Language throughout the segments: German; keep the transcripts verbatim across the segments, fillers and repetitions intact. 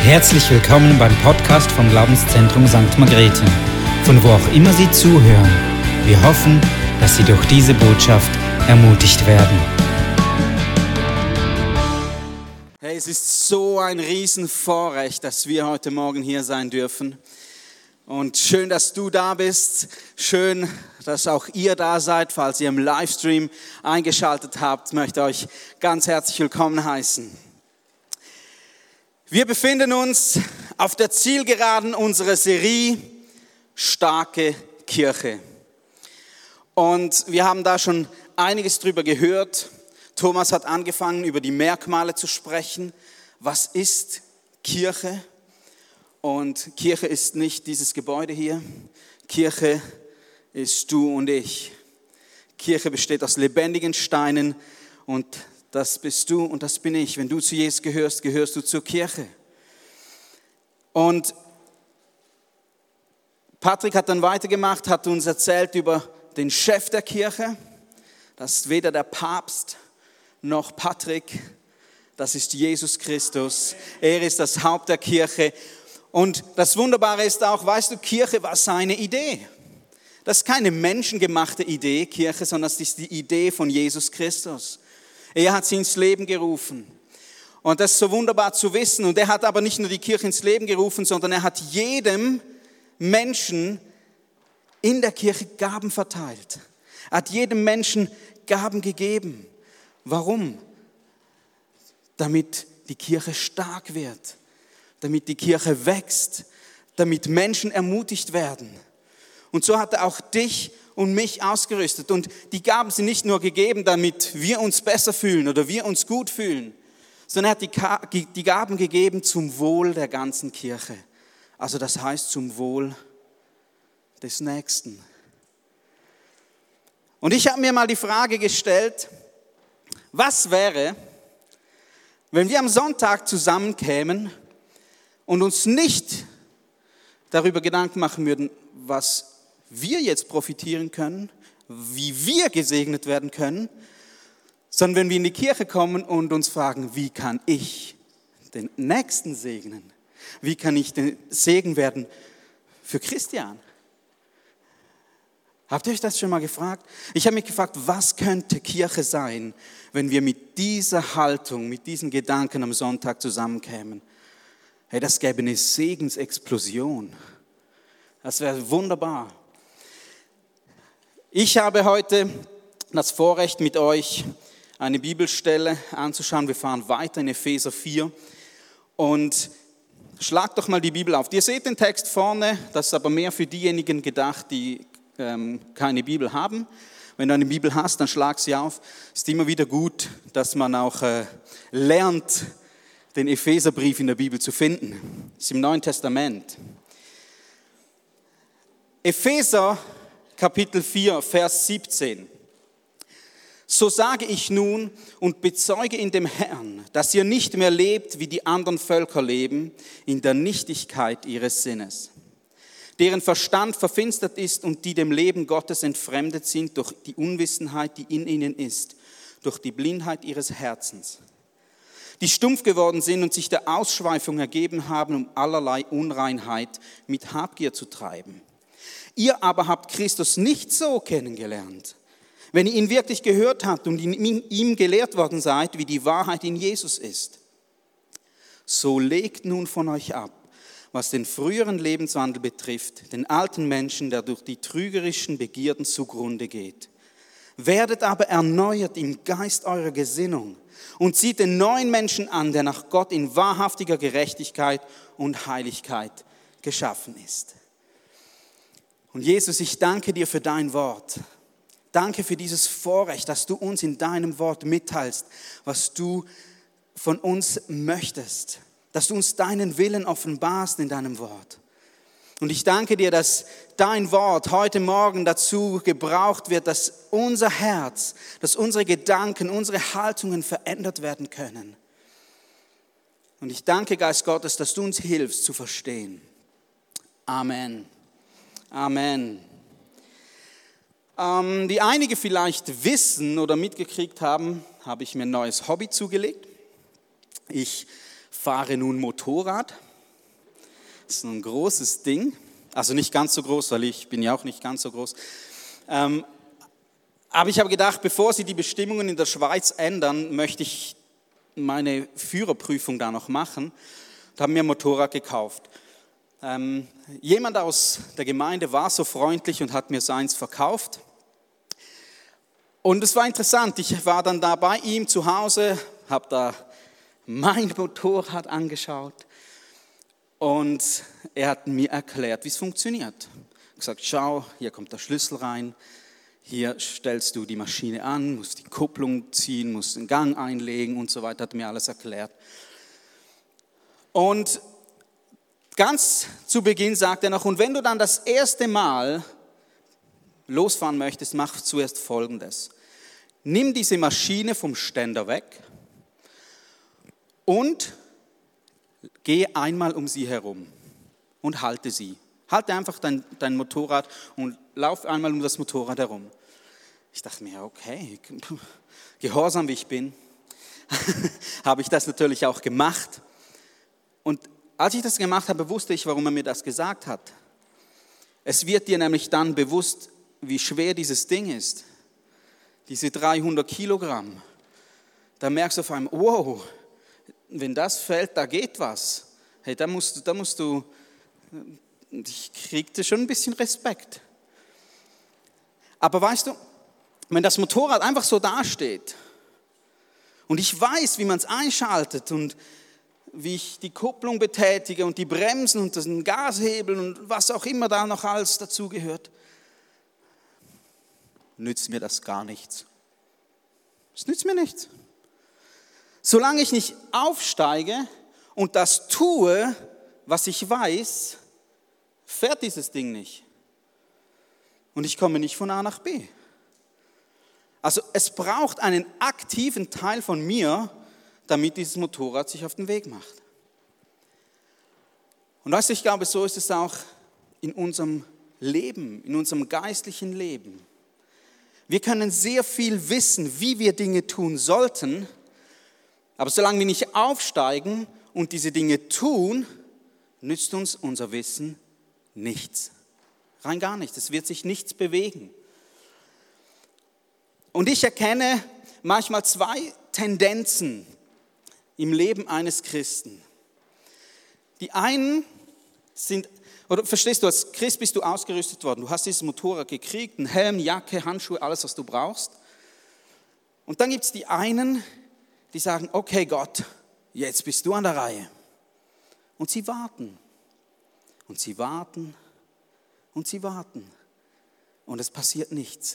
Herzlich willkommen beim Podcast vom Glaubenszentrum Sankt Margrethe. Von wo auch immer Sie zuhören, wir hoffen, dass Sie durch diese Botschaft ermutigt werden. Hey, es ist so ein Riesenvorrecht, dass wir heute Morgen hier sein dürfen. Und schön, dass du da bist. Schön, dass auch ihr da seid. Falls ihr im Livestream eingeschaltet habt, möchte ich euch ganz herzlich willkommen heißen. Wir befinden uns auf der Zielgeraden unserer Serie Starke Kirche. Und wir haben da schon einiges drüber gehört. Thomas hat angefangen, über die Merkmale zu sprechen. Was ist Kirche? Und Kirche ist nicht dieses Gebäude hier. Kirche ist du und ich. Kirche besteht aus lebendigen Steinen und das bist du und das bin ich. Wenn du zu Jesus gehörst, gehörst du zur Kirche. Und Patrick hat dann weitergemacht, hat uns erzählt über den Chef der Kirche. Das ist weder der Papst noch Patrick, das ist Jesus Christus. Er ist das Haupt der Kirche. Und das Wunderbare ist auch, weißt du, Kirche war seine Idee. Das ist keine menschengemachte Idee, Kirche, sondern das ist die Idee von Jesus Christus. Er hat sie ins Leben gerufen. Und das ist so wunderbar zu wissen. Und er hat aber nicht nur die Kirche ins Leben gerufen, sondern er hat jedem Menschen in der Kirche Gaben verteilt. Er hat jedem Menschen Gaben gegeben. Warum? Damit die Kirche stark wird, damit die Kirche wächst, damit Menschen ermutigt werden. Und so hat er auch dich und mich ausgerüstet. Und die Gaben sind nicht nur gegeben, damit wir uns besser fühlen oder wir uns gut fühlen, sondern er hat die, die Gaben gegeben zum Wohl der ganzen Kirche. Also das heißt zum Wohl des Nächsten. Und ich habe mir mal die Frage gestellt, was wäre, wenn wir am Sonntag zusammenkämen und uns nicht darüber Gedanken machen würden, was wir jetzt profitieren können, wie wir gesegnet werden können, sondern wenn wir in die Kirche kommen und uns fragen, wie kann ich den Nächsten segnen? Wie kann ich den Segen werden für Christian? Habt ihr euch das schon mal gefragt? Ich habe mich gefragt, was könnte Kirche sein, wenn wir mit dieser Haltung, mit diesen Gedanken am Sonntag zusammenkämen? Hey, das gäbe eine Segensexplosion. Das wäre wunderbar. Ich habe heute das Vorrecht, mit euch eine Bibelstelle anzuschauen. Wir fahren weiter in Epheser vier und schlagt doch mal die Bibel auf. Ihr seht den Text vorne, das ist aber mehr für diejenigen gedacht, die ähm, keine Bibel haben. Wenn du eine Bibel hast, dann schlag sie auf. Es ist immer wieder gut, dass man auch äh, lernt, den Epheserbrief in der Bibel zu finden. Das ist im Neuen Testament. Epheser Kapitel vier, Vers siebzehn. So sage ich nun und bezeuge in dem Herrn, dass ihr nicht mehr lebt, wie die anderen Völker leben, in der Nichtigkeit ihres Sinnes, deren Verstand verfinstert ist und die dem Leben Gottes entfremdet sind durch die Unwissenheit, die in ihnen ist, durch die Blindheit ihres Herzens, die stumpf geworden sind und sich der Ausschweifung ergeben haben, um allerlei Unreinheit mit Habgier zu treiben. Ihr aber habt Christus nicht so kennengelernt. Wenn ihr ihn wirklich gehört habt und in ihm gelehrt worden seid, wie die Wahrheit in Jesus ist, so legt nun von euch ab, was den früheren Lebenswandel betrifft, den alten Menschen, der durch die trügerischen Begierden zugrunde geht. Werdet aber erneuert im Geist eurer Gesinnung und zieht den neuen Menschen an, der nach Gott in wahrhaftiger Gerechtigkeit und Heiligkeit geschaffen ist. Und Jesus, ich danke dir für dein Wort. Danke für dieses Vorrecht, dass du uns in deinem Wort mitteilst, was du von uns möchtest. Dass du uns deinen Willen offenbarst in deinem Wort. Und ich danke dir, dass dein Wort heute Morgen dazu gebraucht wird, dass unser Herz, dass unsere Gedanken, unsere Haltungen verändert werden können. Und ich danke, Geist Gottes, dass du uns hilfst zu verstehen. Amen. Amen. Ähm, wie einige vielleicht wissen oder mitgekriegt haben, habe ich mir ein neues Hobby zugelegt. Ich fahre nun Motorrad Das ist ein großes Ding. Also nicht ganz so groß, weil ich bin ja auch nicht ganz so groß. Ähm, aber ich habe gedacht, bevor sie die Bestimmungen in der Schweiz ändern, möchte ich meine Führerprüfung da noch machen. Und habe mir ein Motorrad gekauft. Ähm, jemand aus der Gemeinde war so freundlich und hat mir seins verkauft. Und es war interessant, ich war dann da bei ihm zu Hause, habe da mein Motorrad angeschaut und er hat mir erklärt, wie es funktioniert. Er hat gesagt, schau, hier kommt der Schlüssel rein, hier stellst du die Maschine an, musst die Kupplung ziehen, musst den Gang einlegen und so weiter, hat mir alles erklärt. Und ganz zu Beginn sagt er noch, und wenn du dann das erste Mal losfahren möchtest, mach zuerst Folgendes. Nimm diese Maschine vom Ständer weg und geh einmal um sie herum und halte sie. Halte einfach dein, dein Motorrad und lauf einmal um das Motorrad herum. Ich dachte mir, okay, gehorsam wie ich bin, habe ich das natürlich auch gemacht. Und als ich das gemacht habe, wusste ich, warum er mir das gesagt hat. Es wird dir nämlich dann bewusst, wie schwer dieses Ding ist. Diese dreihundert Kilogramm. Da merkst du auf einmal, wow, wenn das fällt, da geht was. Hey, da musst du, da musst du, ich kriegte schon ein bisschen Respekt. Aber weißt du, wenn das Motorrad einfach so dasteht und ich weiß, wie man es einschaltet und wie ich die Kupplung betätige und die Bremsen und den Gashebel und was auch immer da noch alles dazugehört, nützt mir das gar nichts. Es nützt mir nichts. Solange ich nicht aufsteige und das tue, was ich weiß, fährt dieses Ding nicht. Und ich komme nicht von A nach B. Also es braucht einen aktiven Teil von mir, damit dieses Motorrad sich auf den Weg macht. Und weißt du, ich glaube, so ist es auch in unserem Leben, in unserem geistlichen Leben. Wir können sehr viel wissen, wie wir Dinge tun sollten, aber solange wir nicht aufsteigen und diese Dinge tun, nützt uns unser Wissen nichts. Rein gar nichts. Es wird sich nichts bewegen. Und ich erkenne manchmal zwei Tendenzen im Leben eines Christen. Die einen sind, oder verstehst du, als Christ bist du ausgerüstet worden. Du hast dieses Motorrad gekriegt, einen Helm, Jacke, Handschuhe, alles, was du brauchst. Und dann gibt es die einen, die sagen, okay Gott, jetzt bist du an der Reihe. Und sie warten. Und sie warten. Und sie warten. Und es passiert nichts.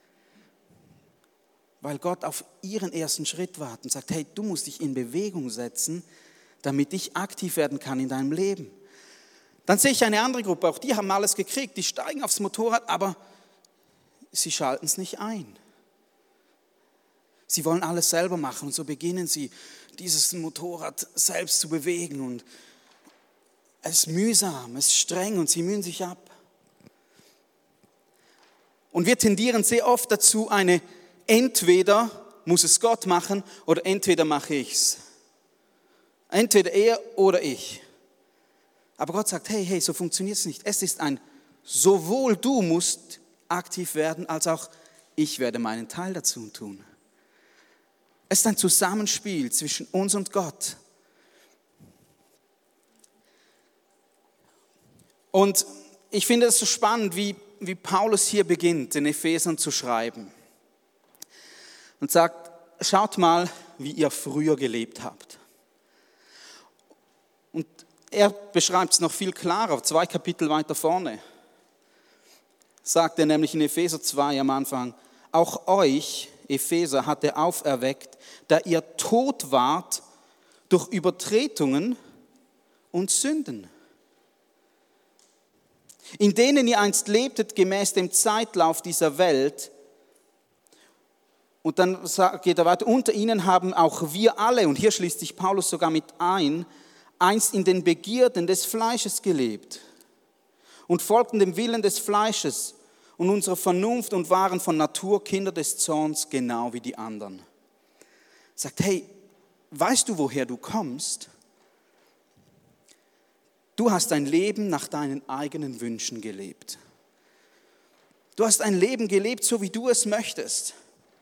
Weil Gott auf ihren ersten Schritt wartet und sagt, hey, du musst dich in Bewegung setzen, damit ich aktiv werden kann in deinem Leben. Dann sehe ich eine andere Gruppe, auch die haben alles gekriegt, die steigen aufs Motorrad, aber sie schalten es nicht ein. Sie wollen alles selber machen und so beginnen sie, dieses Motorrad selbst zu bewegen und es ist mühsam, es ist streng und sie mühen sich ab. Und wir tendieren sehr oft dazu, eine entweder muss es Gott machen oder entweder mache ich es. Entweder er oder ich. Aber Gott sagt, hey, hey, so funktioniert es nicht. Es ist ein, sowohl du musst aktiv werden, als auch ich werde meinen Teil dazu tun. Es ist ein Zusammenspiel zwischen uns und Gott. Und ich finde es so spannend, wie, wie Paulus hier beginnt, den Ephesern zu schreiben. Und sagt, schaut mal, wie ihr früher gelebt habt. Und er beschreibt es noch viel klarer, zwei Kapitel weiter vorne. Sagt er nämlich in Epheser zwei am Anfang, auch euch, Epheser, hat er auferweckt, da ihr tot wart durch Übertretungen und Sünden, in denen ihr einst lebtet gemäß dem Zeitlauf dieser Welt. Und dann geht er weiter, unter ihnen haben auch wir alle, und hier schließt sich Paulus sogar mit ein, einst in den Begierden des Fleisches gelebt und folgten dem Willen des Fleisches und unserer Vernunft und waren von Natur Kinder des Zorns, genau wie die anderen. Sagt, hey, weißt du, woher du kommst? Du du hast dein Leben nach deinen eigenen Wünschen gelebt. Du hast ein Leben gelebt, so wie du es möchtest.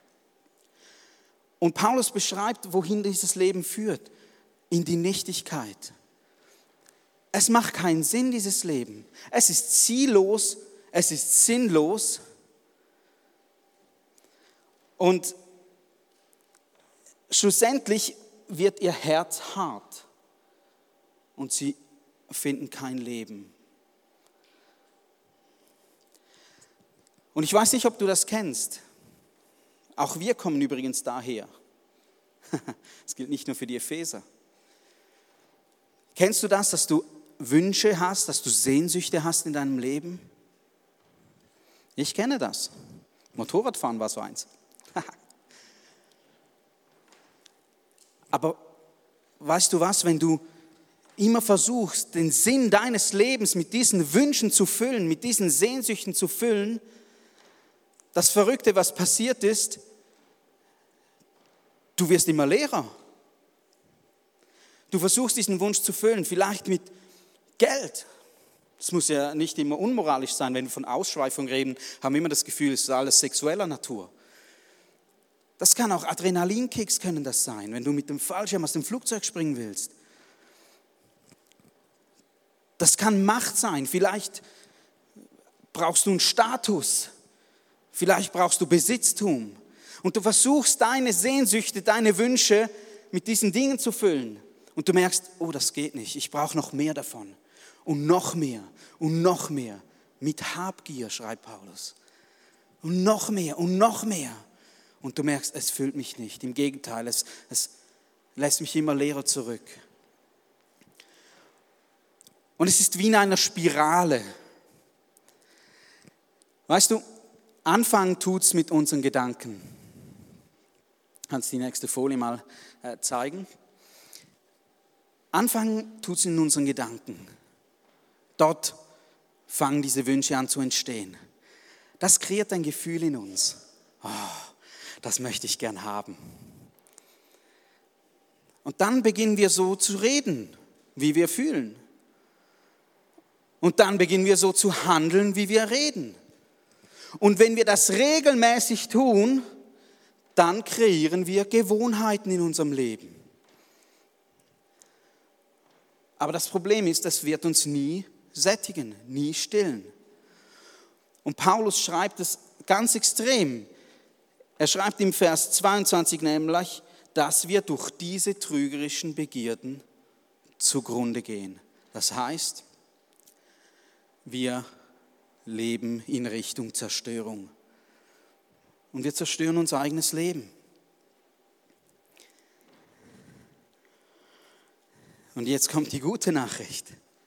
Und Paulus beschreibt, wohin dieses Leben führt. In die Nichtigkeit. Es macht keinen Sinn, dieses Leben. Es ist ziellos, es ist sinnlos. Und schlussendlich wird ihr Herz hart und sie finden kein Leben. Und ich weiß nicht, ob du das kennst. Auch wir kommen übrigens daher. Das gilt nicht nur für die Epheser. Kennst du das, dass du Wünsche hast, dass du Sehnsüchte hast in deinem Leben? Ich kenne das. Motorradfahren war so eins. Aber weißt du was, wenn du immer versuchst, den Sinn deines Lebens mit diesen Wünschen zu füllen, mit diesen Sehnsüchten zu füllen, das Verrückte, was passiert ist, du wirst immer leerer. Du versuchst diesen Wunsch zu füllen, vielleicht mit Geld. Das muss ja nicht immer unmoralisch sein, wenn wir von Ausschweifung reden, haben wir immer das Gefühl, es ist alles sexueller Natur. Das kann auch Adrenalinkicks können das sein, wenn du mit dem Fallschirm aus dem Flugzeug springen willst. Das kann Macht sein, vielleicht brauchst du einen Status, vielleicht brauchst du Besitztum. Und du versuchst deine Sehnsüchte, deine Wünsche mit diesen Dingen zu füllen. Und du merkst, oh, das geht nicht, ich brauche noch mehr davon. Und noch mehr und noch mehr. Mit Habgier, schreibt Paulus. Und noch mehr und noch mehr. Und du merkst, es füllt mich nicht. Im Gegenteil, es, es lässt mich immer leerer zurück. Und es ist wie in einer Spirale. Weißt du, anfangen tut's mit unseren Gedanken. Kannst du die nächste Folie mal äh, zeigen? Anfangen tut's in unseren Gedanken. Dort fangen diese Wünsche an zu entstehen. Das kreiert ein Gefühl in uns. Oh, das möchte ich gern haben. Und dann beginnen wir so zu reden, wie wir fühlen. Und dann beginnen wir so zu handeln, wie wir reden. Und wenn wir das regelmäßig tun, dann kreieren wir Gewohnheiten in unserem Leben. Aber das Problem ist, das wird uns nie sättigen, nie stillen. Und Paulus schreibt es ganz extrem. Er schreibt im Vers zweiundzwanzig nämlich, dass wir durch diese trügerischen Begierden zugrunde gehen. Das heißt, wir leben in Richtung Zerstörung. Und wir zerstören unser eigenes Leben. Und jetzt kommt die gute Nachricht.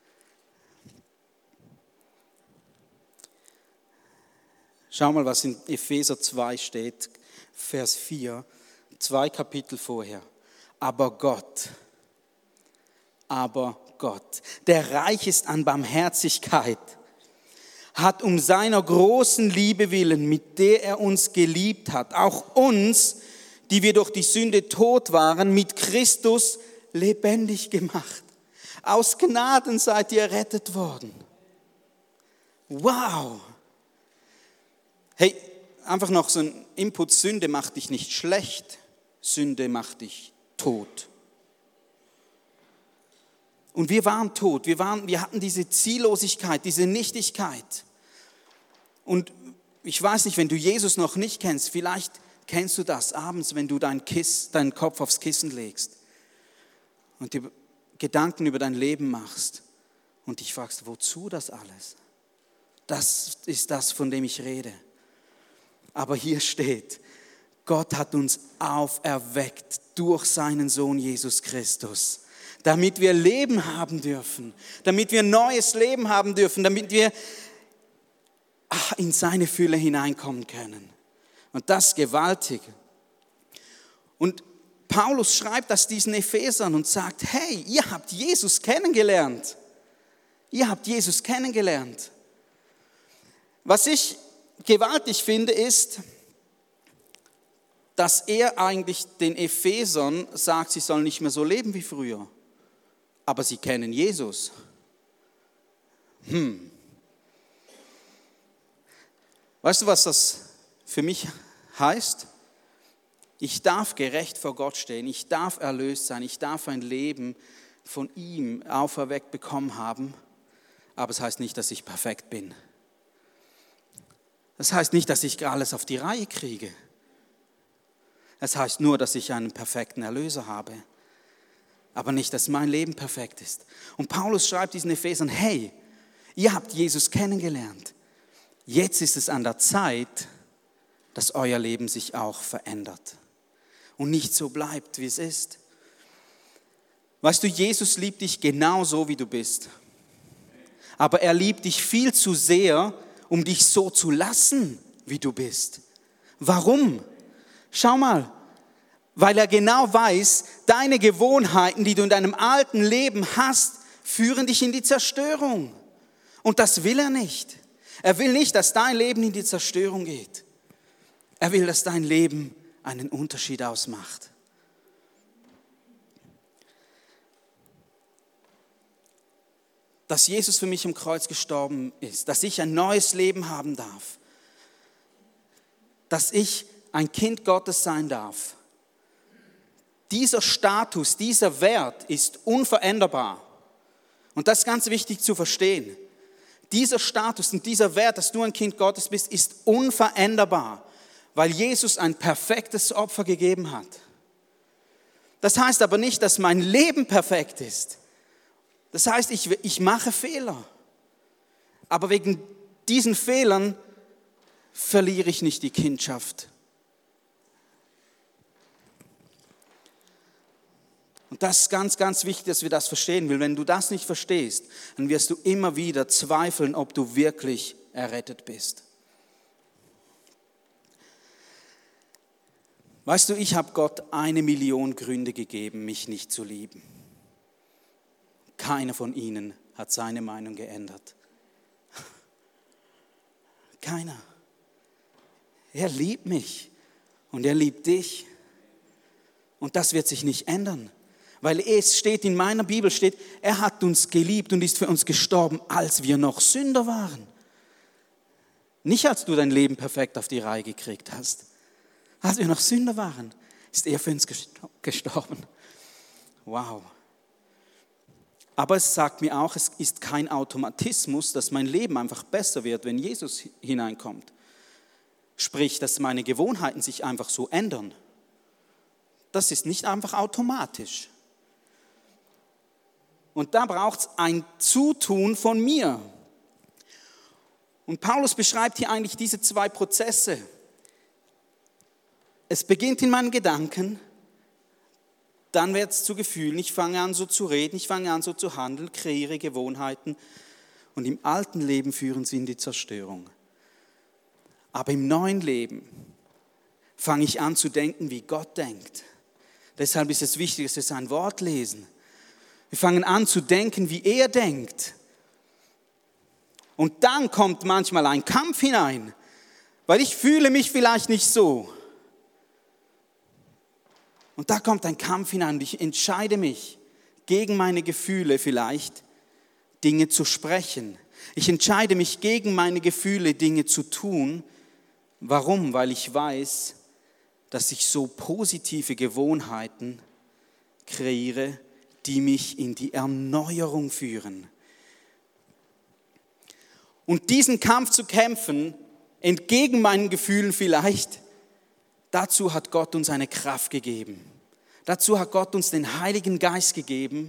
Schau mal, was in Epheser zwei steht, Vers vier, zwei Kapitel vorher. Aber Gott, aber Gott, der reich ist an Barmherzigkeit, hat um seiner großen Liebe willen, mit der er uns geliebt hat, auch uns, die wir durch die Sünde tot waren, mit Christus lebendig gemacht. Aus Gnaden seid ihr errettet worden. Wow! Hey, einfach noch so ein Input, Sünde macht dich nicht schlecht, Sünde macht dich tot. Und wir waren tot, wir, waren, wir hatten diese Ziellosigkeit, diese Nichtigkeit. Und ich weiß nicht, wenn du Jesus noch nicht kennst, vielleicht kennst du das abends, wenn du dein Kiss, deinen Kopf aufs Kissen legst und dir Gedanken über dein Leben machst und dich fragst, wozu das alles? Das ist das, von dem ich rede. Aber hier steht, Gott hat uns auferweckt durch seinen Sohn Jesus Christus, damit wir Leben haben dürfen, damit wir neues Leben haben dürfen, damit wir in seine Fülle hineinkommen können. Und das ist gewaltig. Und Paulus schreibt das diesen Ephesern und sagt, hey, ihr habt Jesus kennengelernt. Ihr habt Jesus kennengelernt. Was ich gewaltig finde, ist, dass er eigentlich den Ephesern sagt, sie sollen nicht mehr so leben wie früher. Aber sie kennen Jesus. Hm. Weißt du, was das für mich heißt? Ich darf gerecht vor Gott stehen, ich darf erlöst sein, ich darf ein Leben von ihm auferweckt bekommen haben, aber es heißt nicht, dass ich perfekt bin. Das heißt nicht, dass ich alles auf die Reihe kriege. Es heißt nur, dass ich einen perfekten Erlöser habe, aber nicht, dass mein Leben perfekt ist. Und Paulus schreibt diesen Ephesern, hey, ihr habt Jesus kennengelernt. Jetzt ist es an der Zeit, dass euer Leben sich auch verändert und nicht so bleibt, wie es ist. Weißt du, Jesus liebt dich genauso, wie du bist. Aber er liebt dich viel zu sehr, um dich so zu lassen, wie du bist. Warum? Schau mal, weil er genau weiß, deine Gewohnheiten, die du in deinem alten Leben hast, führen dich in die Zerstörung. Und das will er nicht. Er will nicht, dass dein Leben in die Zerstörung geht. Er will, dass dein Leben einen Unterschied ausmacht. Dass Jesus für mich am Kreuz gestorben ist, dass ich ein neues Leben haben darf, dass ich ein Kind Gottes sein darf. Dieser Status, dieser Wert ist unveränderbar. Und das ist ganz wichtig zu verstehen. Dieser Status und dieser Wert, dass du ein Kind Gottes bist, ist unveränderbar, weil Jesus ein perfektes Opfer gegeben hat. Das heißt aber nicht, dass mein Leben perfekt ist. Das heißt, ich, ich mache Fehler. Aber wegen diesen Fehlern verliere ich nicht die Kindschaft. Und das ist ganz, ganz wichtig, dass wir das verstehen. Weil wenn du das nicht verstehst, dann wirst du immer wieder zweifeln, ob du wirklich errettet bist. Weißt du, ich habe Gott eine Million Gründe gegeben, mich nicht zu lieben. Keiner von ihnen hat seine Meinung geändert. Keiner. Er liebt mich und er liebt dich. Und das wird sich nicht ändern. Weil es steht in meiner Bibel, steht, er hat uns geliebt und ist für uns gestorben, als wir noch Sünder waren. Nicht als du dein Leben perfekt auf die Reihe gekriegt hast. Als wir noch Sünder waren, ist er für uns gestorben. Wow. Aber es sagt mir auch, es ist kein Automatismus, dass mein Leben einfach besser wird, wenn Jesus hineinkommt. Sprich, dass meine Gewohnheiten sich einfach so ändern. Das ist nicht einfach automatisch. Und da braucht es ein Zutun von mir. Und Paulus beschreibt hier eigentlich diese zwei Prozesse. Es beginnt in meinen Gedanken, dann wird es zu Gefühlen. Ich fange an so zu reden, ich fange an so zu handeln, kreiere Gewohnheiten. Und im alten Leben führen sie in die Zerstörung. Aber im neuen Leben fange ich an zu denken, wie Gott denkt. Deshalb ist es wichtig, dass wir sein Wort lesen. Wir fangen an zu denken, wie er denkt. Und dann kommt manchmal ein Kampf hinein, weil ich fühle mich vielleicht nicht so. Und da kommt ein Kampf hinein und ich entscheide mich, gegen meine Gefühle vielleicht Dinge zu sprechen. Ich entscheide mich, gegen meine Gefühle Dinge zu tun. Warum? Weil ich weiß, dass ich so positive Gewohnheiten kreiere, die mich in die Erneuerung führen. Und diesen Kampf zu kämpfen, entgegen meinen Gefühlen vielleicht, dazu hat Gott uns eine Kraft gegeben. Dazu hat Gott uns den Heiligen Geist gegeben,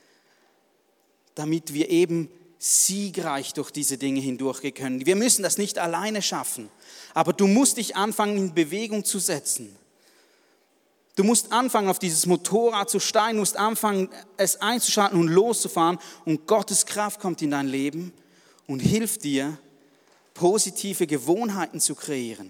damit wir eben siegreich durch diese Dinge hindurchgehen können. Wir müssen das nicht alleine schaffen, aber du musst dich anfangen, in Bewegung zu setzen. Du musst anfangen, auf dieses Motorrad zu steigen, musst anfangen, es einzuschalten und loszufahren. Und Gottes Kraft kommt in dein Leben und hilft dir, positive Gewohnheiten zu kreieren.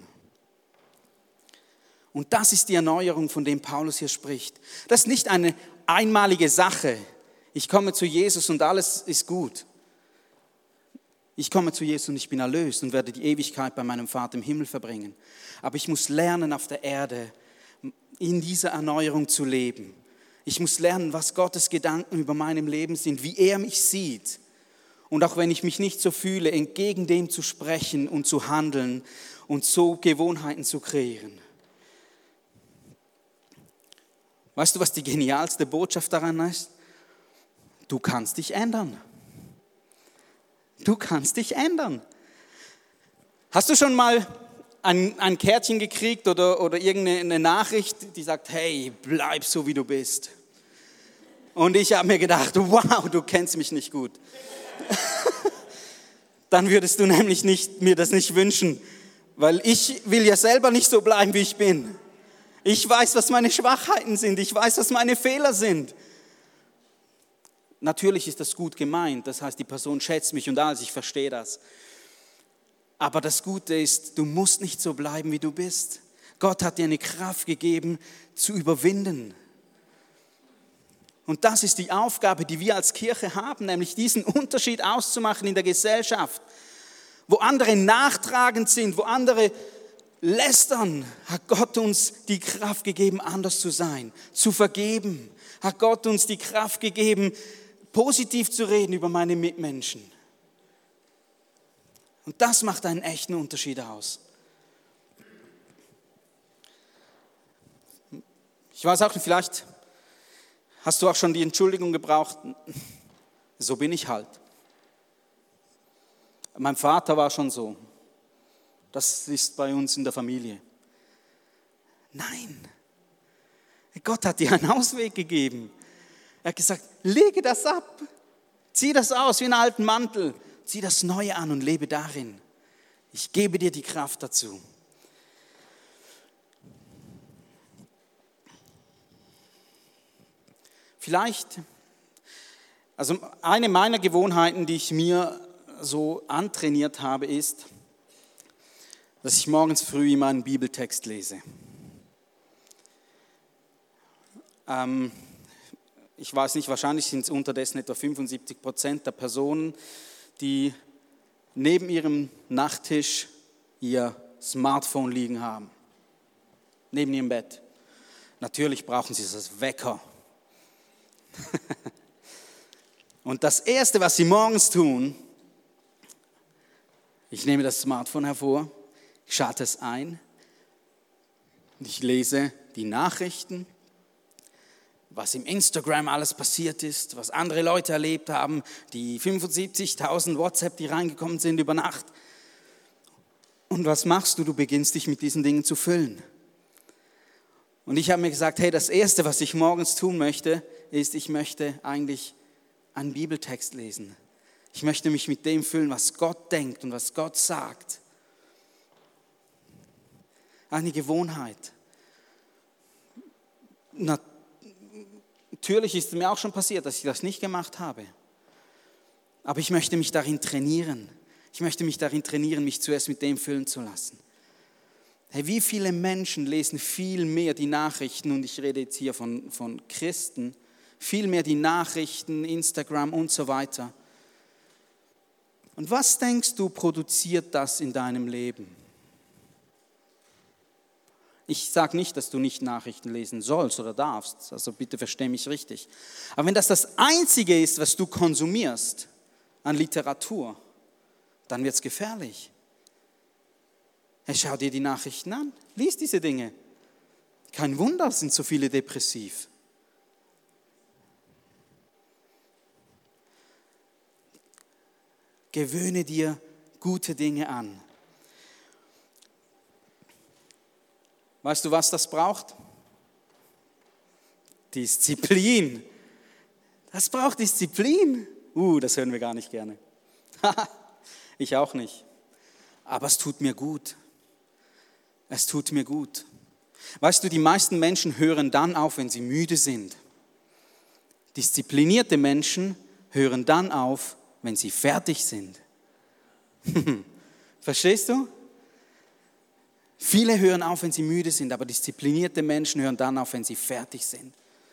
Und das ist die Erneuerung, von dem Paulus hier spricht. Das ist nicht eine einmalige Sache. Ich komme zu Jesus und alles ist gut. Ich komme zu Jesus und ich bin erlöst und werde die Ewigkeit bei meinem Vater im Himmel verbringen. Aber ich muss lernen, auf der Erde in dieser Erneuerung zu leben. Ich muss lernen, was Gottes Gedanken über meinem Leben sind, wie er mich sieht. Und auch wenn ich mich nicht so fühle, entgegen dem zu sprechen und zu handeln und so Gewohnheiten zu kreieren. Weißt du, was die genialste Botschaft daran ist? Du kannst dich ändern. Du kannst dich ändern. Hast du schon mal ein, ein Kärtchen gekriegt oder, oder irgendeine Nachricht, die sagt, hey, bleib so, wie du bist? Und ich habe mir gedacht, wow, du kennst mich nicht gut. Dann würdest du nämlich nicht, mir das nicht wünschen, weil ich will ja selber nicht so bleiben, wie ich bin. Ich weiß, was meine Schwachheiten sind, ich weiß, was meine Fehler sind. Natürlich ist das gut gemeint, das heißt, die Person schätzt mich und alles, ich verstehe das. Aber das Gute ist, du musst nicht so bleiben, wie du bist. Gott hat dir eine Kraft gegeben, zu überwinden. Und das ist die Aufgabe, die wir als Kirche haben, nämlich diesen Unterschied auszumachen in der Gesellschaft. Wo andere nachtragend sind, wo andere lästern, hat Gott uns die Kraft gegeben, anders zu sein, zu vergeben. Hat Gott uns die Kraft gegeben, positiv zu reden über meine Mitmenschen. Und das macht einen echten Unterschied aus. Ich weiß auch nicht, vielleicht hast du auch schon die Entschuldigung gebraucht, so bin ich halt. Mein Vater war schon so. Das ist bei uns in der Familie. Nein, Gott hat dir einen Ausweg gegeben. Er hat gesagt, lege das ab, zieh das aus wie einen alten Mantel, zieh das Neue an und lebe darin. Ich gebe dir die Kraft dazu. Vielleicht, also eine meiner Gewohnheiten, die ich mir so antrainiert habe, ist, dass ich morgens früh immer einen Bibeltext lese. Ähm, ich weiß nicht, wahrscheinlich sind es unterdessen etwa fünfundsiebzig Prozent der Personen, die neben ihrem Nachttisch ihr Smartphone liegen haben. Neben ihrem Bett. Natürlich brauchen sie es als Wecker. Und das Erste, was sie morgens tun, ich nehme das Smartphone hervor, ich schalte es ein und ich lese die Nachrichten, was im Instagram alles passiert ist, was andere Leute erlebt haben, die fünfundsiebzigtausend WhatsApp, die reingekommen sind über Nacht. Und was machst du? Du beginnst dich mit diesen Dingen zu füllen. Und ich habe mir gesagt, hey, das Erste, was ich morgens tun möchte, ist, ich möchte eigentlich einen Bibeltext lesen. Ich möchte mich mit dem füllen, was Gott denkt und was Gott sagt. Eine Gewohnheit. Natürlich ist es mir auch schon passiert, dass ich das nicht gemacht habe. Aber ich möchte mich darin trainieren. Ich möchte mich darin trainieren, mich zuerst mit dem füllen zu lassen. Hey, wie viele Menschen lesen viel mehr die Nachrichten, und ich rede jetzt hier von, von Christen, viel mehr die Nachrichten, Instagram und so weiter. Und was denkst du, produziert das in deinem Leben? Ich sage nicht, dass du nicht Nachrichten lesen sollst oder darfst, also bitte versteh mich richtig. Aber wenn das das Einzige ist, was du konsumierst an Literatur, dann wird es gefährlich. Hey, schau dir die Nachrichten an, lies diese Dinge. Kein Wunder, sind so viele depressiv. Gewöhne dir gute Dinge an. Weißt du, was das braucht? Disziplin. Das braucht Disziplin. Uh, das hören wir gar nicht gerne. Ich auch nicht. Aber es tut mir gut. Es tut mir gut. Weißt du, die meisten Menschen hören dann auf, wenn sie müde sind. Disziplinierte Menschen hören dann auf, wenn sie fertig sind. Verstehst du? Viele hören auf, wenn sie müde sind, aber disziplinierte Menschen hören dann auf, wenn sie fertig sind.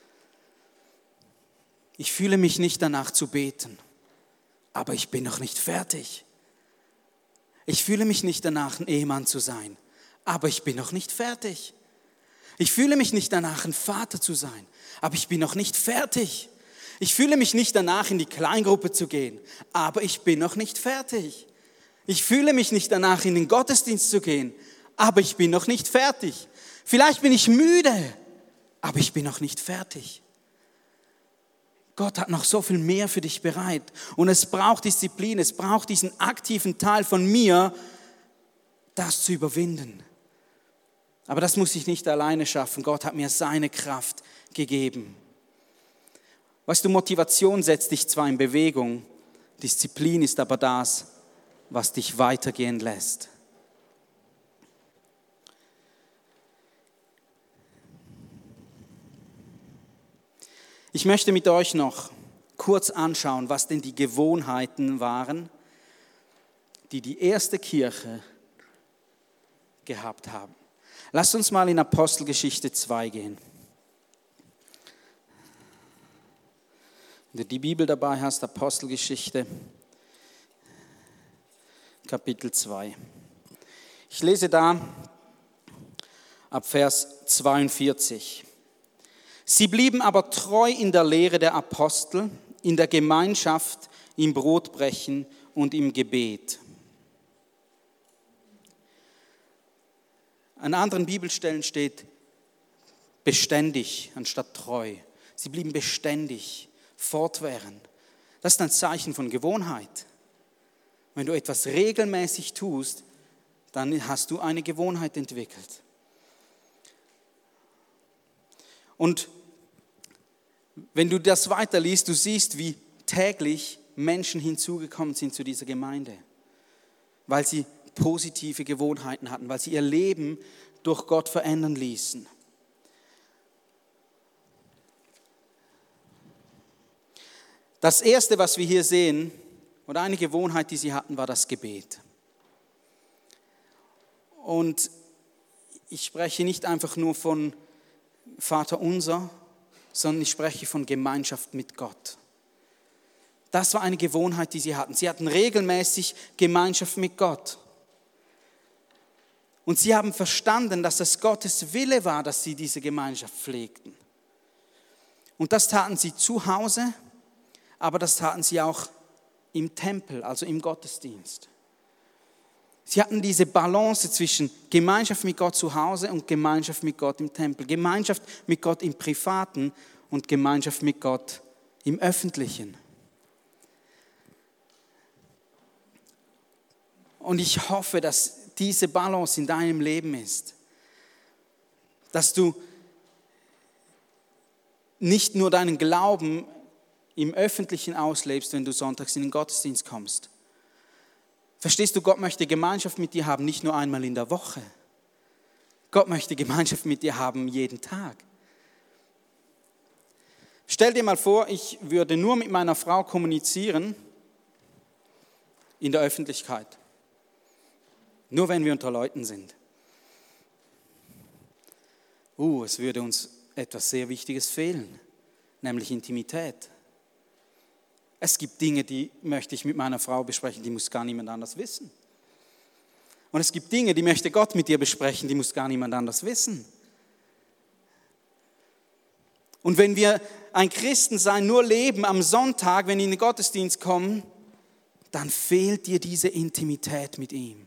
Ich fühle mich nicht danach zu beten, aber ich bin noch nicht fertig. Ich fühle mich nicht danach, ein Ehemann zu sein, aber ich bin noch nicht fertig. Ich fühle mich nicht danach, ein Vater zu sein, aber ich bin noch nicht fertig. Ich fühle mich nicht danach, in die Kleingruppe zu gehen, aber ich bin noch nicht fertig. Ich fühle mich nicht danach, in den Gottesdienst zu gehen, aber ich bin noch nicht fertig. Vielleicht bin ich müde, aber ich bin noch nicht fertig. Gott hat noch so viel mehr für dich bereit. Und es braucht Disziplin, es braucht diesen aktiven Teil von mir, das zu überwinden. Aber das muss ich nicht alleine schaffen. Gott hat mir seine Kraft gegeben. Weißt du, Motivation setzt dich zwar in Bewegung, Disziplin ist aber das, was dich weitergehen lässt. Ich möchte mit euch noch kurz anschauen, was denn die Gewohnheiten waren, die die erste Kirche gehabt haben. Lasst uns mal in Apostelgeschichte zwei gehen. Wenn du die Bibel dabei hast, Apostelgeschichte, Kapitel zwei. Ich lese da ab Vers zweiundvierzig. Sie blieben aber treu in der Lehre der Apostel, in der Gemeinschaft, im Brotbrechen und im Gebet. An anderen Bibelstellen steht beständig anstatt treu. Sie blieben beständig, fortwährend. Das ist ein Zeichen von Gewohnheit. Wenn du etwas regelmäßig tust, dann hast du eine Gewohnheit entwickelt. Und wenn du das weiterliest, du siehst, wie täglich Menschen hinzugekommen sind zu dieser Gemeinde, weil sie positive Gewohnheiten hatten, weil sie ihr Leben durch Gott verändern ließen. Das Erste, was wir hier sehen, oder eine Gewohnheit, die sie hatten, war das Gebet. Und ich spreche nicht einfach nur von Vater unser, sondern ich spreche von Gemeinschaft mit Gott. Das war eine Gewohnheit, die sie hatten. Sie hatten regelmäßig Gemeinschaft mit Gott. Und sie haben verstanden, dass es Gottes Wille war, dass sie diese Gemeinschaft pflegten. Und das taten sie zu Hause, aber das taten sie auch im Tempel, also im Gottesdienst. Sie hatten diese Balance zwischen Gemeinschaft mit Gott zu Hause und Gemeinschaft mit Gott im Tempel. Gemeinschaft mit Gott im Privaten und Gemeinschaft mit Gott im Öffentlichen. Und ich hoffe, dass diese Balance in deinem Leben ist. Dass du nicht nur deinen Glauben im Öffentlichen auslebst, wenn du sonntags in den Gottesdienst kommst. Verstehst du, Gott möchte Gemeinschaft mit dir haben, nicht nur einmal in der Woche. Gott möchte Gemeinschaft mit dir haben jeden Tag. Stell dir mal vor, ich würde nur mit meiner Frau kommunizieren in der Öffentlichkeit. Nur wenn wir unter Leuten sind. Uh, es würde uns etwas sehr Wichtiges fehlen, nämlich Intimität. Es gibt Dinge, die möchte ich mit meiner Frau besprechen, die muss gar niemand anders wissen. Und es gibt Dinge, die möchte Gott mit dir besprechen, die muss gar niemand anders wissen. Und wenn wir ein Christensein nur leben am Sonntag, wenn wir in den Gottesdienst kommen, dann fehlt dir diese Intimität mit ihm.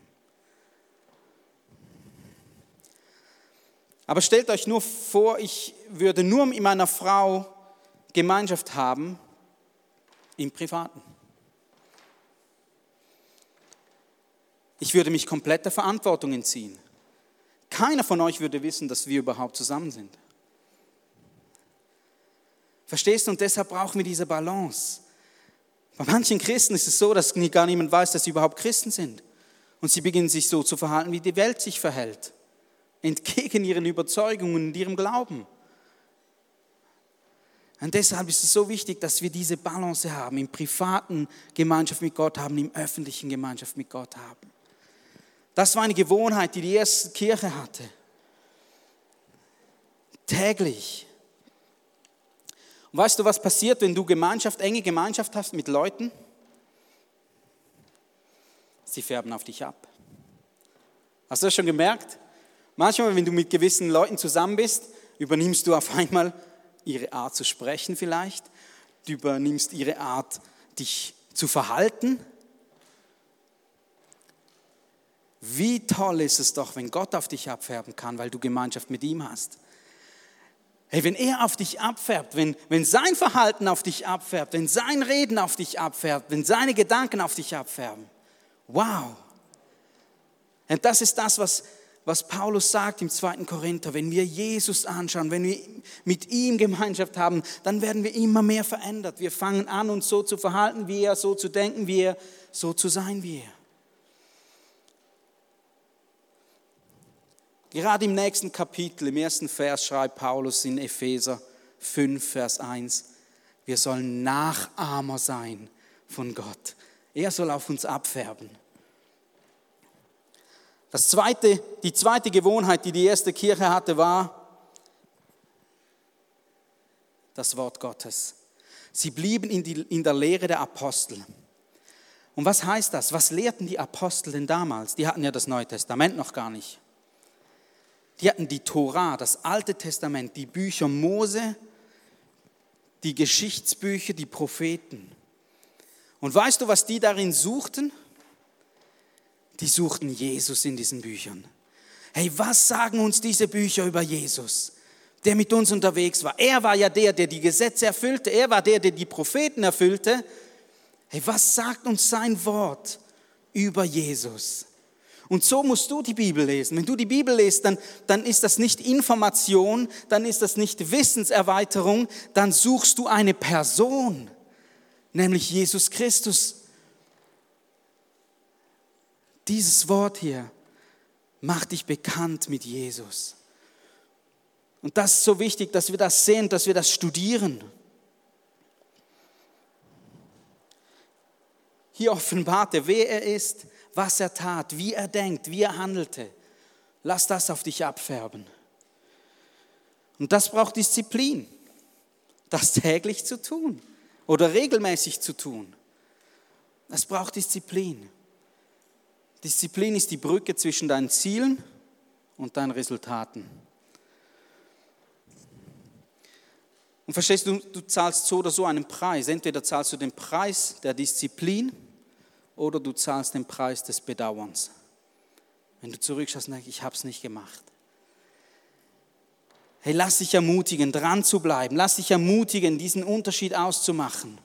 Aber stellt euch nur vor, ich würde nur mit meiner Frau Gemeinschaft haben im Privaten. Ich würde mich komplett der Verantwortung entziehen. Keiner von euch würde wissen, dass wir überhaupt zusammen sind. Verstehst du? Und deshalb brauchen wir diese Balance. Bei manchen Christen ist es so, dass gar niemand weiß, dass sie überhaupt Christen sind. Und sie beginnen sich so zu verhalten, wie die Welt sich verhält. Entgegen ihren Überzeugungen und ihrem Glauben. Und deshalb ist es so wichtig, dass wir diese Balance haben, im privaten Gemeinschaft mit Gott haben, im öffentlichen Gemeinschaft mit Gott haben. Das war eine Gewohnheit, die die erste Kirche hatte. Täglich. Und weißt du, was passiert, wenn du Gemeinschaft, enge Gemeinschaft hast mit Leuten? Sie färben auf dich ab. Hast du das schon gemerkt? Manchmal, wenn du mit gewissen Leuten zusammen bist, übernimmst du auf einmal ihre Art zu sprechen vielleicht. du übernimmst ihre Art, dich zu verhalten. Wie toll ist es doch, wenn Gott auf dich abfärben kann, weil du Gemeinschaft mit ihm hast. Hey, wenn er auf dich abfärbt, wenn, wenn sein Verhalten auf dich abfärbt, wenn sein Reden auf dich abfärbt, wenn seine Gedanken auf dich abfärben. Wow. Und das ist das, was, was Paulus sagt im zweiten Korinther. Wenn wir Jesus anschauen, wenn wir mit ihm Gemeinschaft haben, dann werden wir immer mehr verändert. Wir fangen an, uns so zu verhalten wie er, so zu denken wie er, so zu sein wie er. Gerade im nächsten Kapitel, im ersten Vers, schreibt Paulus in Epheser fünf, Vers eins, wir sollen Nachahmer sein von Gott. Er soll auf uns abfärben. Das zweite, die zweite Gewohnheit, die die erste Kirche hatte, war das Wort Gottes. Sie blieben in, die, in der Lehre der Apostel. Und was heißt das? Was lehrten die Apostel denn damals? Die hatten ja das Neue Testament noch gar nicht. Die hatten die Tora, das Alte Testament, die Bücher Mose, die Geschichtsbücher, die Propheten. Und weißt du, was die darin suchten? Die suchten Jesus in diesen Büchern. Hey, was sagen uns diese Bücher über Jesus, der mit uns unterwegs war? Er war ja der, der die Gesetze erfüllte. Er war der, der die Propheten erfüllte. Hey, was sagt uns sein Wort über Jesus? Und so musst du die Bibel lesen. Wenn du die Bibel liest, dann, dann ist das nicht Information, dann ist das nicht Wissenserweiterung, dann suchst du eine Person, nämlich Jesus Christus. Dieses Wort hier macht dich bekannt mit Jesus. Und das ist so wichtig, dass wir das sehen, dass wir das studieren. Hier offenbart er, wer er ist, was er tat, wie er denkt, wie er handelte. Lass das auf dich abfärben. Und das braucht Disziplin, das täglich zu tun oder regelmäßig zu tun. Das braucht Disziplin. Disziplin ist die Brücke zwischen deinen Zielen und deinen Resultaten. Und verstehst du, du zahlst so oder so einen Preis. Entweder zahlst du den Preis der Disziplin oder du zahlst den Preis des Bedauerns. Wenn du zurückschaust und denkst, ich habe es nicht gemacht. Hey, lass dich ermutigen, dran zu bleiben. Lass dich ermutigen, diesen Unterschied auszumachen.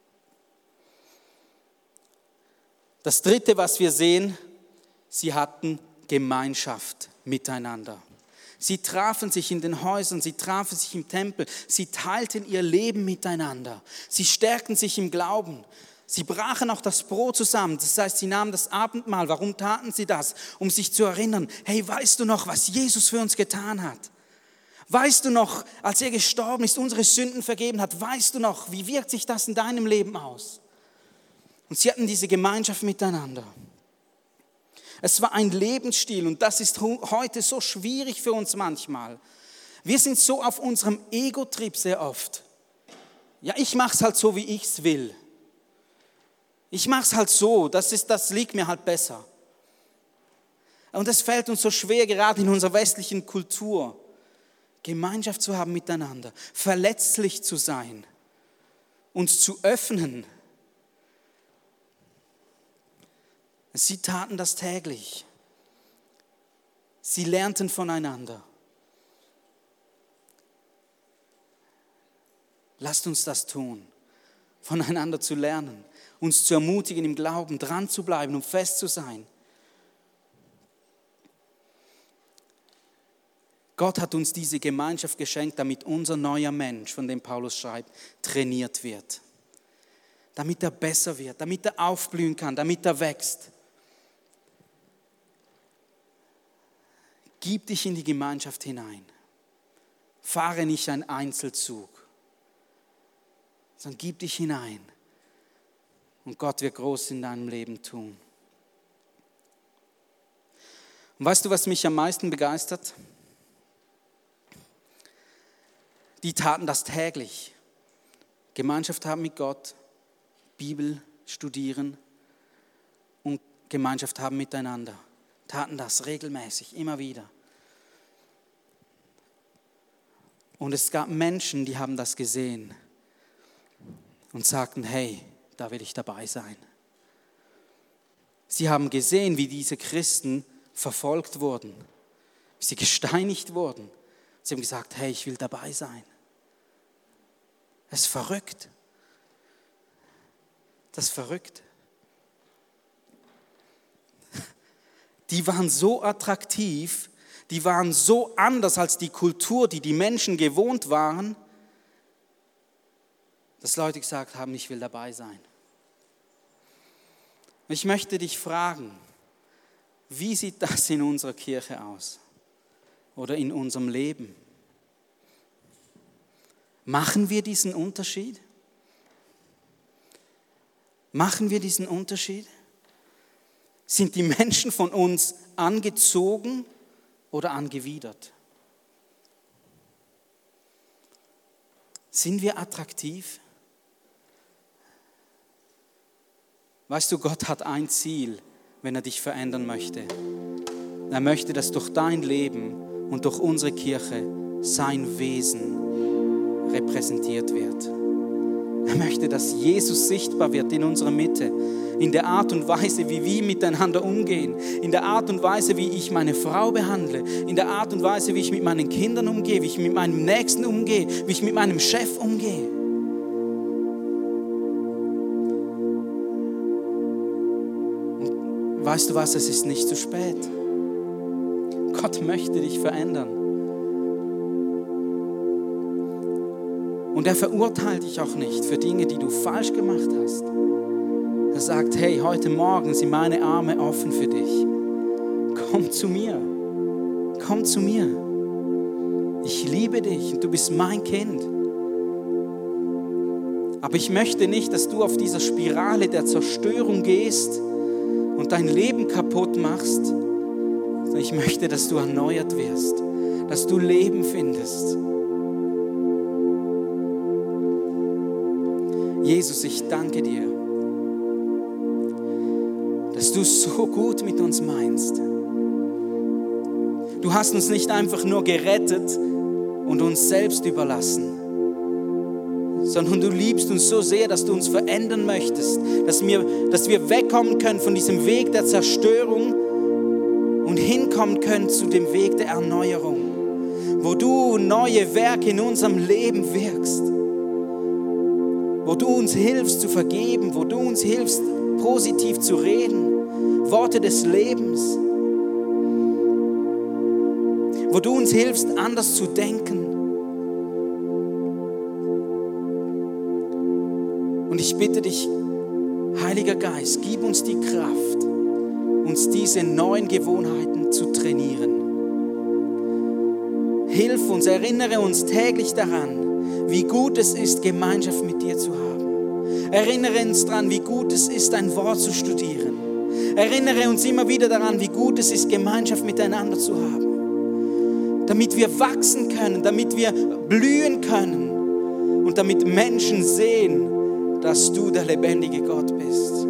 Das Dritte, was wir sehen, sie hatten Gemeinschaft miteinander. Sie trafen sich in den Häusern, sie trafen sich im Tempel, sie teilten ihr Leben miteinander. Sie stärkten sich im Glauben. Sie brachen auch das Brot zusammen, das heißt, sie nahmen das Abendmahl. Warum taten sie das? Um sich zu erinnern, hey, weißt du noch, was Jesus für uns getan hat? Weißt du noch, als er gestorben ist, unsere Sünden vergeben hat, weißt du noch, wie wirkt sich das in deinem Leben aus? Und sie hatten diese Gemeinschaft miteinander. Es war ein Lebensstil und das ist heute so schwierig für uns manchmal. Wir sind so auf unserem Ego-Trip sehr oft. Ja, ich mache es halt so, wie ich es will. Ich mache es halt so, das, ist, das liegt mir halt besser. Und es fällt uns so schwer, gerade in unserer westlichen Kultur, Gemeinschaft zu haben miteinander, verletzlich zu sein, uns zu öffnen. Sie taten das täglich. Sie lernten voneinander. Lasst uns das tun, voneinander zu lernen, uns zu ermutigen im Glauben, dran zu bleiben und fest zu sein. Gott hat uns diese Gemeinschaft geschenkt, damit unser neuer Mensch, von dem Paulus schreibt, trainiert wird. Damit er besser wird, damit er aufblühen kann, damit er wächst. Gib dich in die Gemeinschaft hinein. Fahre nicht einen Einzelzug, sondern gib dich hinein. Und Gott wird groß in deinem Leben tun. Und weißt du, was mich am meisten begeistert? Die taten das täglich. Gemeinschaft haben mit Gott, Bibel studieren und Gemeinschaft haben miteinander. Taten das regelmäßig, immer wieder. Und es gab Menschen, die haben das gesehen. und sagten, hey, da will ich dabei sein. Sie haben gesehen, wie diese Christen verfolgt wurden, wie sie gesteinigt wurden. Sie haben gesagt, hey, ich will dabei sein. Das ist verrückt. Das ist verrückt. Die waren so attraktiv, die waren so anders als die Kultur, die die Menschen gewohnt waren, dass Leute gesagt haben, ich will dabei sein. Ich möchte dich fragen, wie sieht das in unserer Kirche aus oder in unserem Leben? Machen wir diesen Unterschied? Machen wir diesen Unterschied? Sind die Menschen von uns angezogen oder angewidert? Sind wir attraktiv? Weißt du, Gott hat ein Ziel, wenn er dich verändern möchte. Er möchte, dass durch dein Leben und durch unsere Kirche sein Wesen repräsentiert wird. Er möchte, dass Jesus sichtbar wird in unserer Mitte, in der Art und Weise, wie wir miteinander umgehen, in der Art und Weise, wie ich meine Frau behandle, in der Art und Weise, wie ich mit meinen Kindern umgehe, wie ich mit meinem Nächsten umgehe, wie ich mit meinem Chef umgehe. Und weißt du was, es ist nicht zu spät. Gott möchte dich verändern. Und er verurteilt dich auch nicht für Dinge, die du falsch gemacht hast. Er sagt, hey, heute Morgen sind meine Arme offen für dich. Komm zu mir. Komm zu mir. Ich liebe dich und du bist mein Kind. Aber ich möchte nicht, dass du auf dieser Spirale der Zerstörung gehst und dein Leben kaputt machst. Sondern ich möchte, dass du erneuert wirst, dass du Leben findest. Jesus, ich danke dir, dass du so gut mit uns meinst. Du hast uns nicht einfach nur gerettet und uns selbst überlassen, sondern du liebst uns so sehr, dass du uns verändern möchtest, dass wir, dass wir wegkommen können von diesem Weg der Zerstörung und hinkommen können zu dem Weg der Erneuerung, wo du neue Werke in unserem Leben wirkst. Wo du uns hilfst zu vergeben, wo du uns hilfst, positiv zu reden, Worte des Lebens. Wo du uns hilfst, anders zu denken. Und ich bitte dich, Heiliger Geist, gib uns die Kraft, uns diese neuen Gewohnheiten zu trainieren. Hilf uns, erinnere uns täglich daran, wie gut es ist, Gemeinschaft mit dir zu haben. Erinnere uns daran, wie gut es ist, dein Wort zu studieren. Erinnere uns immer wieder daran, wie gut es ist, Gemeinschaft miteinander zu haben. Damit wir wachsen können, damit wir blühen können und damit Menschen sehen, dass du der lebendige Gott bist.